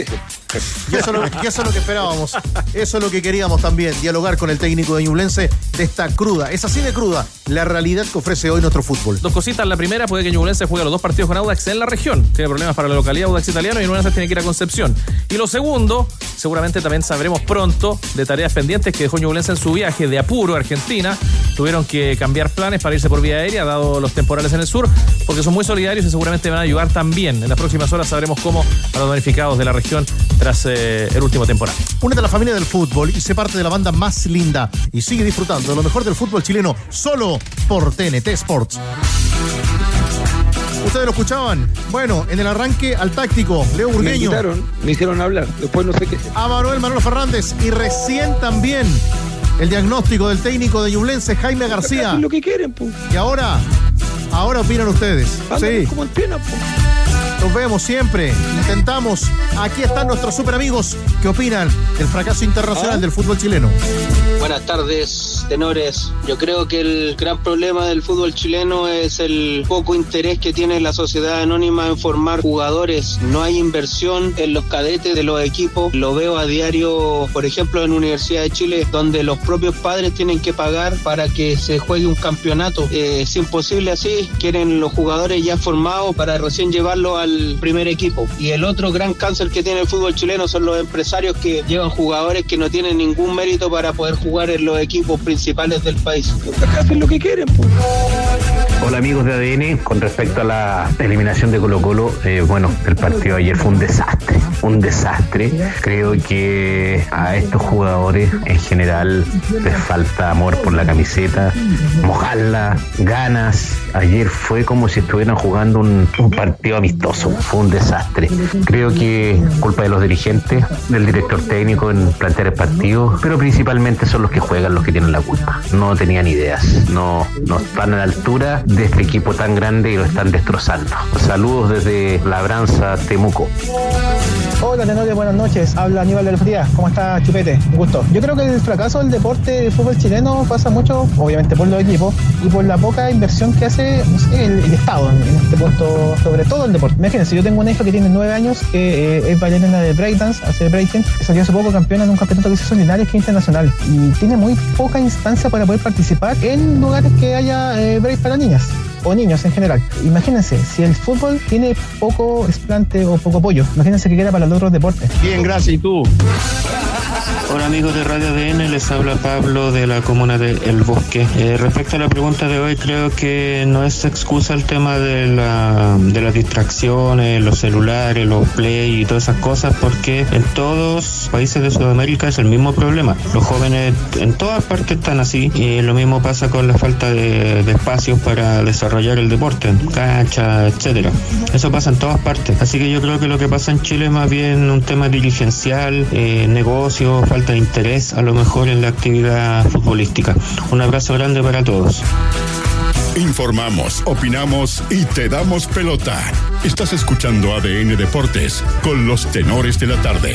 Y eso es lo que esperábamos. Eso es lo que queríamos también, dialogar con el técnico de Ñublense de esta cruda. Es así de cruda la realidad que ofrece hoy nuestro fútbol. Dos cositas. La primera, puede que Ñublense juegue los 2 partidos con Audax en la región. Tiene problemas para la localidad Audax Italiano y en una vez tiene que ir a Concepción. Y lo segundo, seguramente también sabremos pronto de tareas pendientes que dejó Ñublense en su viaje de apuro a Argentina. Tuvieron que cambiar planes para irse por vía aérea, dado los temporales en el sur, porque son muy solidarios y seguramente van a ayudar también. En las próximas horas sabremos cómo a los damnificados de la región tras el último temporal. Únete a la familia del fútbol y sé parte de la banda más linda y sigue disfrutando de lo mejor del fútbol chileno solo por TNT Sports. ¿Ustedes lo escuchaban? Bueno, en el arranque al táctico, Leo Burgueño. Me hicieron hablar, después no sé qué. A Manolo Fernández y recién también el diagnóstico del técnico de Ñublense, Jaime García. Hacen lo que quieren, pues. Y ahora opinan ustedes. Sí. Como antena, pues. Nos vemos siempre, intentamos. Aquí están nuestros super amigos que opinan del fracaso internacional del fútbol chileno. Buenas tardes, tenores. Yo creo que el gran problema del fútbol chileno es el poco interés que tiene la sociedad anónima en formar jugadores. No hay inversión en los cadetes de los equipos. Lo veo a diario, por ejemplo, en Universidad de Chile, donde los propios padres tienen que pagar para que se juegue un campeonato. Es imposible así. Quieren los jugadores ya formados para recién llevarlos al primer equipo. Y el otro gran cáncer que tiene el fútbol chileno son los empresarios que llevan jugadores que no tienen ningún mérito para poder jugar en los equipos principales del país. Hacen lo que quieren, pues. Hola amigos de ADN, con respecto a la eliminación de Colo-Colo, bueno, el partido de ayer fue un desastre. Creo que a estos jugadores en general les falta amor por la camiseta, mojarla, ganas. Ayer fue como si estuvieran jugando un partido amistoso, fue un desastre. Creo que culpa de los dirigentes, del director técnico en plantear el partido, pero principalmente son los que juegan los que tienen la culpa. No tenían ideas, no están a la altura de este equipo tan grande y lo están destrozando. Saludos desde Labranza, Temuco. Hola, tenores, buenas noches. Habla Aníbal del Frías. ¿Cómo está, Chupete? Un gusto. Yo creo que el fracaso del deporte del fútbol chileno pasa mucho, obviamente, por los equipos y por la poca inversión que hace, no sé, el Estado en este punto, sobre todo el deporte. Imagínense, yo tengo una hija que tiene 9 años, que es bailarina de breakdance, hace breaking, que salió hace poco campeona en un campeonato que se hizo en Linares, que es internacional, y tiene muy poca instancia para poder participar en lugares que haya break para niñas o niños en general. Imagínense, si el fútbol tiene poco explante o poco apoyo, imagínense que queda para los otros deportes. Bien, gracias. ¿Y tú? Hola amigos de Radio ADN, les habla Pablo de la comuna de El Bosque. Respecto a la pregunta de hoy, creo que no es excusa el tema de las distracciones, los celulares, los play y todas esas cosas, porque en todos países de Sudamérica es el mismo problema. Los jóvenes en todas partes están así, y lo mismo pasa con la falta de espacios para desarrollar el deporte, cancha, etcétera. Eso pasa en todas partes. Así que yo creo que lo que pasa en Chile es más bien un tema dirigencial, negocio, falta de interés a lo mejor en la actividad futbolística. Un abrazo grande para todos. Informamos, opinamos y te damos pelota. Estás escuchando ADN Deportes con los tenores de la tarde.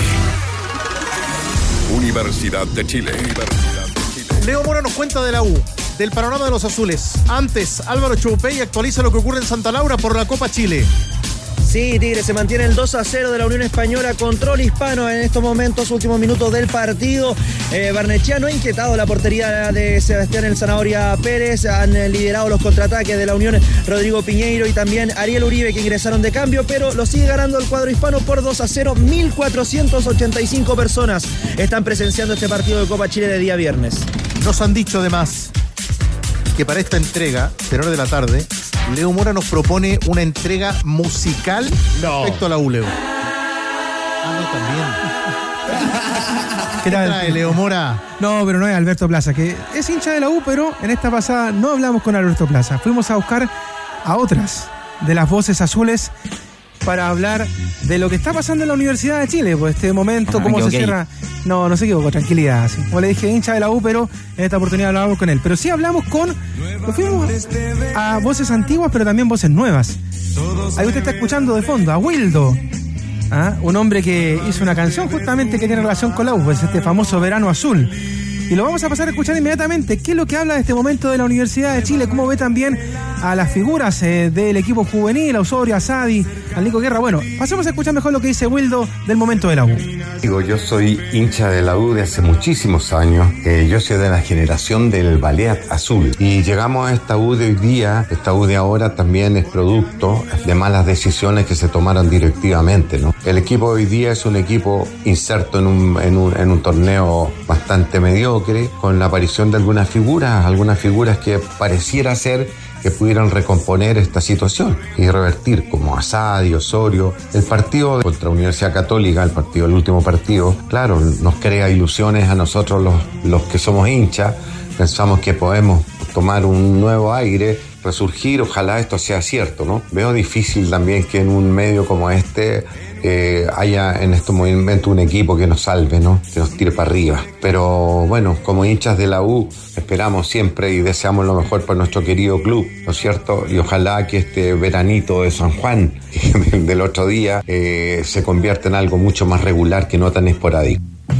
Universidad de Chile. Leo Mora nos cuenta de la U, del panorama de los azules. Antes, Álvaro Choupey actualiza lo que ocurre en Santa Laura por la Copa Chile. Sí, Tigre, se mantiene el 2-0 de la Unión Española, control hispano en estos momentos, últimos minutos del partido. Barnechea no ha inquietado la portería de Sebastián El Zanahoria Pérez, han liderado los contraataques de la Unión Rodrigo Piñeiro y también Ariel Uribe, que ingresaron de cambio, pero lo sigue ganando el cuadro hispano por 2-0. 1.485 personas están presenciando este partido de Copa Chile de día viernes. Nos han dicho además que para esta entrega, Tenor de la Tarde, Leo Mora nos propone una entrega musical respecto a la U, Leo. También. ¿Qué tal? Trae Leo Mora? No, pero no es Alberto Plaza, que es hincha de la U, pero en esta pasada no hablamos con Alberto Plaza. Fuimos a buscar a otras de las voces azules para hablar de lo que está pasando en la Universidad de Chile, pues este momento, cómo se cierra. No se equivocó, tranquilidad. Sí. Como le dije, hincha de la U, pero en esta oportunidad hablamos con él. Pero sí hablamos nos fuimos a voces antiguas, pero también voces nuevas. Ahí usted está escuchando de fondo a Wildo, un hombre que hizo una canción justamente que tiene relación con la U, pues este famoso Verano Azul. Y lo vamos a pasar a escuchar inmediatamente. ¿Qué es lo que habla de este momento de la Universidad de Chile? ¿Cómo ve también a las figuras del equipo juvenil, a Osorio, a Sadi, al Nico Guerra. Bueno, pasemos a escuchar mejor lo que dice Wildo del momento de la U. Digo, yo soy hincha de la U de hace muchísimos años. Yo soy de la generación del Ballet Azul. Y llegamos a esta U de hoy día. Esta U de ahora también es producto de malas decisiones que se tomaron directivamente, ¿no? El equipo de hoy día es un equipo inserto en un torneo bastante mediocre, con la aparición de algunas figuras que pareciera ser que pudieran recomponer esta situación y revertir, como Asadi, Osorio. El partido contra Universidad Católica, el último partido, claro, nos crea ilusiones a nosotros los que somos hinchas. Pensamos que podemos tomar un nuevo aire, resurgir, ojalá esto sea cierto, ¿no? Veo difícil también que en un medio como este haya en estos momentos un equipo que nos salve, ¿no? Que nos tire para arriba. Pero bueno, como hinchas de la U, esperamos siempre y deseamos lo mejor para nuestro querido club, ¿no es cierto? Y ojalá que este veranito de San Juan del otro día se convierta en algo mucho más regular, que no tan esporádico.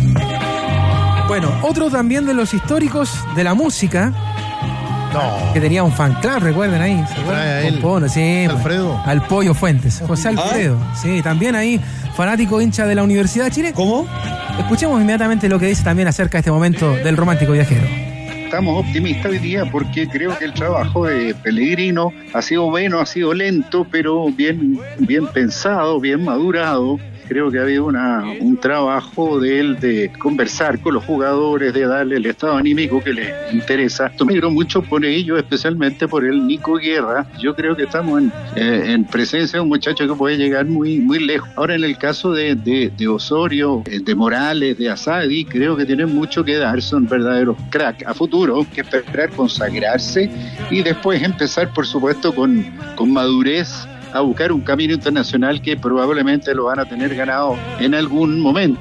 Bueno, otro también de los históricos de la música. No. Que tenía un fan club, recuerden ahí. ¿Se acuerdan? Sí, Alfredo. Al Pollo Fuentes. José Alfredo. Sí, también ahí, fanático hincha de la Universidad de Chile. ¿Cómo? Escuchemos inmediatamente lo que dice también acerca de este momento del romántico viajero. Estamos optimistas hoy día porque creo que el trabajo de Pellegrino ha sido bueno, ha sido lento, pero bien pensado, bien madurado. Creo que ha habido un trabajo de él de conversar con los jugadores, de darle el estado anímico que les interesa. Me alegro mucho por ello, especialmente por el Nico Guerra. Yo creo que estamos en presencia de un muchacho que puede llegar muy, muy lejos. Ahora, en el caso de Osorio, de Morales, de Asadi, creo que tienen mucho que dar. Son verdaderos cracks a futuro, que esperar consagrarse y después empezar, por supuesto, con madurez, a buscar un camino internacional que probablemente lo van a tener ganado en algún momento.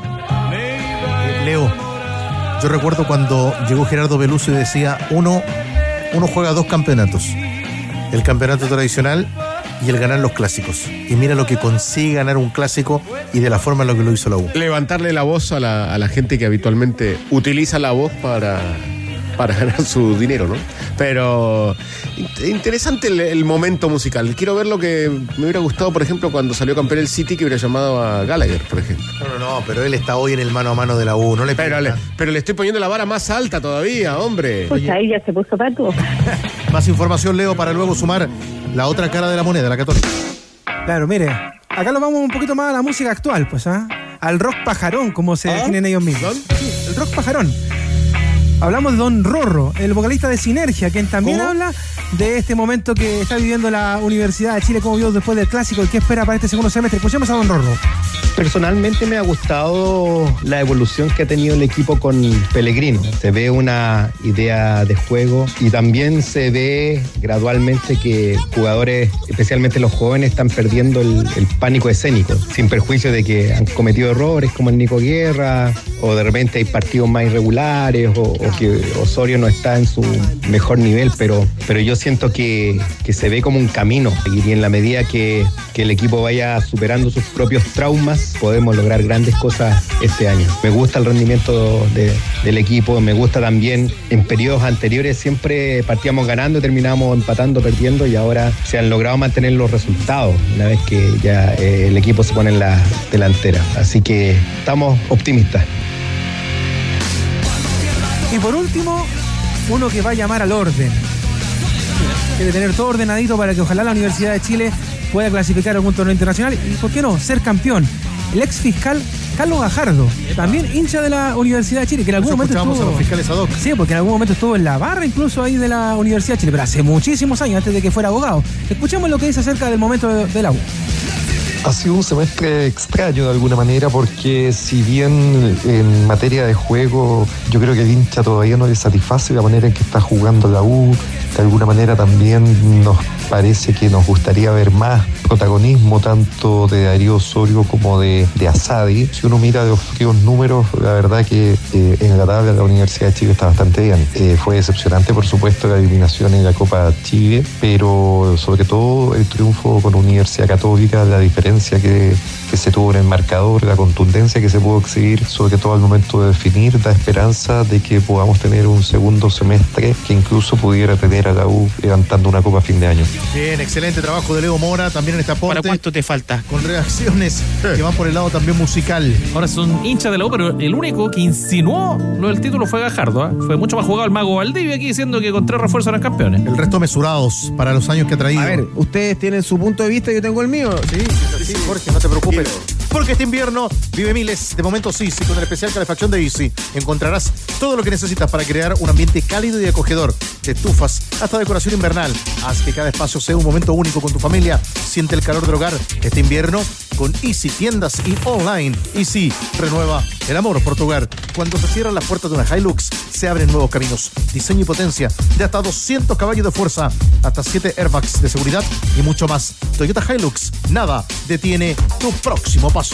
Leo, yo recuerdo cuando llegó Gerardo Beluso y decía, uno juega 2 campeonatos, el campeonato tradicional y el ganar los clásicos. Y mira lo que consigue ganar un clásico y de la forma en la que lo hizo la U. Levantarle la voz a la gente que habitualmente utiliza la voz para ganar su dinero, ¿no? Pero interesante el momento musical. Quiero ver lo que me hubiera gustado, por ejemplo, cuando salió campeón el City, que hubiera llamado a Gallagher, por ejemplo. No, pero él está hoy en el mano a mano de la U. Pero le estoy poniendo la vara más alta todavía, hombre. Pues ahí ya se puso pato. Más información, Leo, para luego sumar la otra cara de la moneda, la Católica. Claro, mire, acá lo vamos un poquito más a la música actual, pues, al rock pajarón, como se definen ellos mismos. Sí, el rock pajarón. Hablamos de Don Rorro, el vocalista de Sinergia, quien también habla de este momento que está viviendo la Universidad de Chile, como vio después del clásico y qué espera para este segundo semestre. Escuchemos a Don Rorro. Personalmente me ha gustado la evolución que ha tenido el equipo con Pellegrino. Se ve una idea de juego y también se ve gradualmente que jugadores, especialmente los jóvenes, están perdiendo el pánico escénico, sin perjuicio de que han cometido errores como el Nico Guerra, o de repente hay partidos más irregulares, o que Osorio no está en su mejor nivel, pero yo siento que se ve como un camino, y en la medida que el equipo vaya superando sus propios traumas, podemos lograr grandes cosas este año. Me gusta el rendimiento del equipo, me gusta también, en periodos anteriores siempre partíamos ganando, terminábamos empatando, perdiendo, y ahora se han logrado mantener los resultados una vez que ya el equipo se pone en la delantera. Así que estamos optimistas. Y por último, uno que va a llamar al orden. Quiere tener todo ordenadito para que ojalá la Universidad de Chile pueda clasificar a algún torneo internacional y, ¿por qué no?, ser campeón. El ex fiscal Carlos Gajardo, también hincha de la Universidad de Chile, que en algún momento estuvo... a los fiscales ad hoc. Sí, porque en algún momento estuvo en la barra incluso ahí de la Universidad de Chile, pero hace muchísimos años, antes de que fuera abogado. Escuchemos lo que dice acerca del momento de la U. Ha sido un semestre extraño de alguna manera, porque si bien en materia de juego yo creo que el hincha todavía no le satisface la manera en que está jugando la U, de alguna manera también nos parece que nos gustaría ver más protagonismo tanto de Darío Osorio como de Asadi. Si uno mira de los fríos números, la verdad que en la tabla de la Universidad de Chile está bastante bien. Fue decepcionante, por supuesto, la eliminación en la Copa Chile, pero sobre todo el triunfo con Universidad Católica, la diferencia que se tuvo en el marcador, la contundencia que se pudo exhibir, sobre todo al momento de definir, da esperanza de que podamos tener un segundo semestre que incluso pudiera tener a la U levantando una copa a fin de año. Bien, excelente trabajo de Leo Mora, también en este aporte. ¿Para cuánto te falta? Con reacciones que van por el lado también musical. Ahora son hinchas de la U, pero el único que insinuó lo del título fue Gajardo. Fue mucho más jugado el mago Valdivia aquí diciendo que con 3 refuerzos eran campeones. El resto mesurados para los años que ha traído. A ver, ustedes tienen su punto de vista, yo tengo el mío. Sí, Jorge, no te preocupes. Porque este invierno vive miles de momentos Easy con el especial calefacción de Easy. Encontrarás todo lo que necesitas para crear un ambiente cálido y acogedor. De estufas hasta decoración invernal. Haz que cada espacio sea un momento único con tu familia. Siente el calor del hogar este invierno con Easy Tiendas y online. Easy renueva el amor por tu hogar. Cuando se cierran las puertas de una Hilux, se abren nuevos caminos. Diseño y potencia de hasta 200 caballos de fuerza, hasta 7 airbags de seguridad y mucho más. Toyota Hilux, nada detiene tu próximo paso.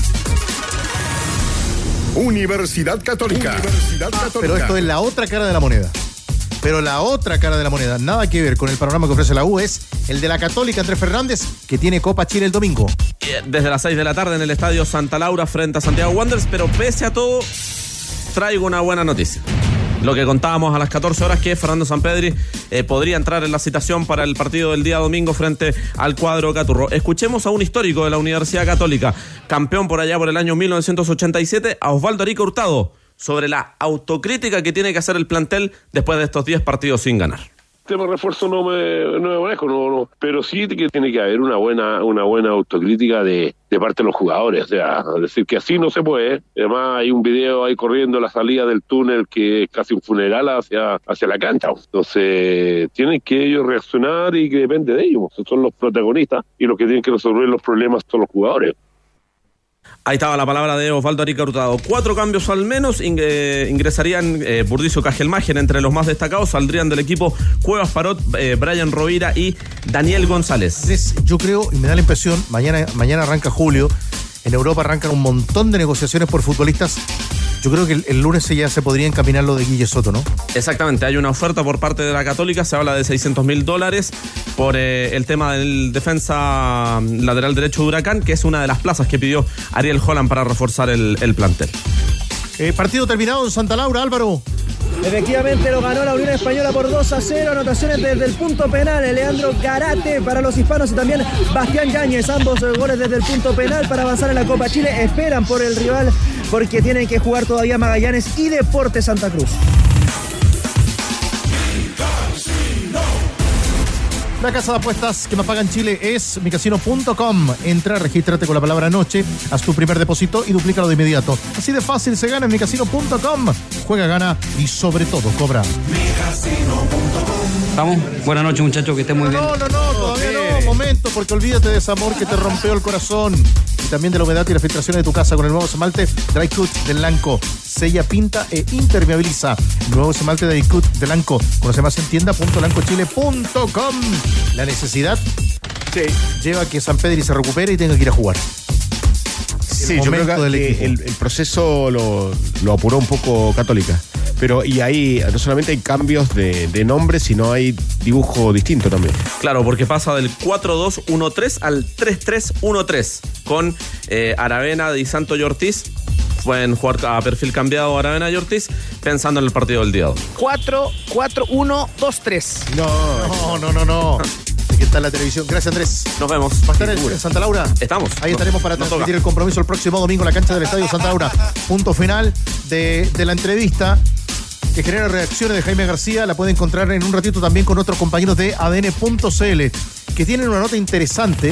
Universidad Católica. Pero esto es la otra cara de la moneda. Pero la otra cara de la moneda, nada que ver con el panorama que ofrece la U, es el de la Católica Andrés Fernández, que tiene Copa Chile el domingo. Desde las 6 de la tarde en el Estadio Santa Laura frente a Santiago Wanderers, pero pese a todo, traigo una buena noticia. Lo que contábamos a las 14 horas, que Fernando Sampedri podría entrar en la citación para el partido del día domingo frente al cuadro Caturro. Escuchemos a un histórico de la Universidad Católica, campeón por allá por el año 1987, a Osvaldo Arica Hurtado, sobre la autocrítica que tiene que hacer el plantel después de estos 10 partidos sin ganar. Tema de refuerzo no me manejo, no, pero sí que tiene que haber una buena autocrítica de parte de los jugadores, o sea, decir que así no se puede. Además hay un video ahí corriendo la salida del túnel que es casi un funeral hacia la cancha, entonces tienen que ellos reaccionar y que depende de ellos, son los protagonistas y los que tienen que resolver los problemas son los jugadores. Ahí estaba la palabra de Osvaldo Arica Hurtado. 4 cambios al menos, ingresarían Burdizo Cajelmacher entre los más destacados, saldrían del equipo Cuevas Parot, Brian Rovira y Daniel González. Yo creo, y me da la impresión, mañana arranca julio, en Europa arrancan un montón de negociaciones por futbolistas. Yo creo que el lunes ya se podría encaminar lo de Guille Soto, ¿no? Exactamente, hay una oferta por parte de la Católica, se habla de $600,000 por el tema del defensa lateral derecho de Huracán, que es una de las plazas que pidió Ariel Holland para reforzar el plantel. Partido terminado en Santa Laura, Álvaro. Efectivamente lo ganó la Unión Española por 2-0, anotaciones desde el punto penal, Leandro Garate para los hispanos y también Bastián Yáñez, ambos goles desde el punto penal para avanzar en la Copa Chile. Esperan por el rival porque tienen que jugar todavía Magallanes y Deportes Santa Cruz. La casa de apuestas que más paga en Chile es micasino.com. Entra, regístrate con la palabra noche, haz tu primer depósito y duplícalo de inmediato. Así de fácil se gana en micasino.com. Juega, gana y sobre todo cobra. ¿Estamos? Buenas noches, muchachos, que estén muy bien. No, todavía no. Momento, porque olvídate de ese amor que te rompió el corazón. Y también de la humedad y las filtraciones de tu casa con el nuevo esmalte Dry Cut de Lanco. Sella, pinta e impermeabiliza. Nuevo esmalte de Dry Cut de Lanco. Conoce más en tienda.lancochile.com. La necesidad lleva a que Sampedri se recupere y tenga que ir a jugar. Sí, yo creo que el proceso lo apuró un poco Católica. Pero y ahí no solamente hay cambios de nombre, sino hay dibujo distinto también. Claro, porque pasa del 4-2-1-3 al 3-3-1-3 con Aravena, Di Santo y Ortiz. Pueden jugar a perfil cambiado Aravena y Ortiz pensando en el partido del día 2. 4-4-1-2-3. No. Aquí está la televisión. Gracias, Andrés. Nos vemos. ¿Va a estar en Santa Laura? Estamos. Ahí estaremos para transmitir el compromiso el próximo domingo en la cancha del Estadio Santa Laura. Punto final de la entrevista que genera reacciones de Jaime García. La puede encontrar en un ratito también con otros compañeros de ADN.cl, que tienen una nota interesante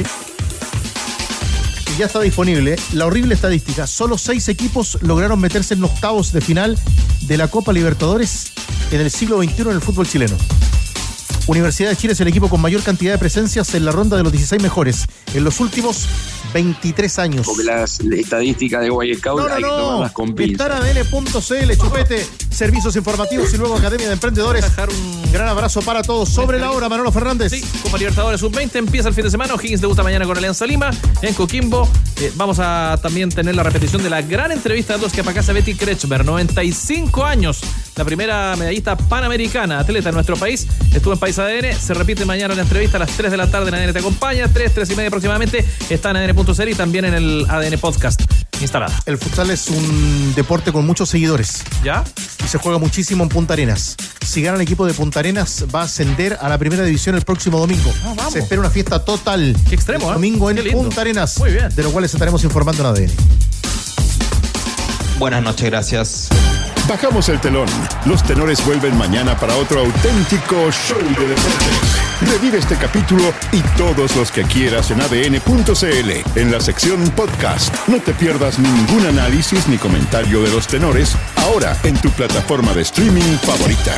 y ya está disponible. La horrible estadística: solo 6 equipos lograron meterse en octavos de final de la Copa Libertadores en el siglo XXI en el fútbol chileno. Universidad de Chile es el equipo con mayor cantidad de presencias en la ronda de los 16 mejores en los últimos 23 años. Porque las estadísticas de Guayacaut hay que tomarlas con pinzas. Estar ADN.cl, Chupete, servicios informativos y luego Academia de Emprendedores. Un gran abrazo para todos. Sobre la hora, Manolo Fernández. Sí, Copa Libertadores Sub-20 empieza el fin de semana. O'Higgins debuta mañana con Alianza Lima en Coquimbo. Vamos a también tener la repetición de la gran entrevista de Andrés Capacasa, Betty Kretschmer, 95 años, la primera medallista panamericana, atleta en nuestro país. Estuvo en País ADN, se repite mañana la entrevista a las 3 de la tarde en ADN Te Acompaña, 3 y media aproximadamente, está en ADN.cl y también en el ADN Podcast. instalada. El futsal es un deporte con muchos seguidores. ¿Ya? Y se juega muchísimo en Punta Arenas. Si gana el equipo de Punta Arenas, va a ascender a la primera división el próximo domingo. Vamos. Se espera una fiesta total. Qué extremo, el domingo en Punta Arenas. Muy bien. De lo cual les estaremos informando en ADN. Buenas noches, gracias. Bajamos el telón. Los tenores vuelven mañana para otro auténtico show de deportes. Revive este capítulo y todos los que quieras en adn.cl, en la sección podcast. No te pierdas ningún análisis ni comentario de los tenores, ahora en tu plataforma de streaming favorita.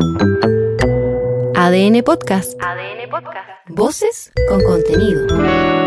ADN Podcast. ADN Podcast. Voces con contenido.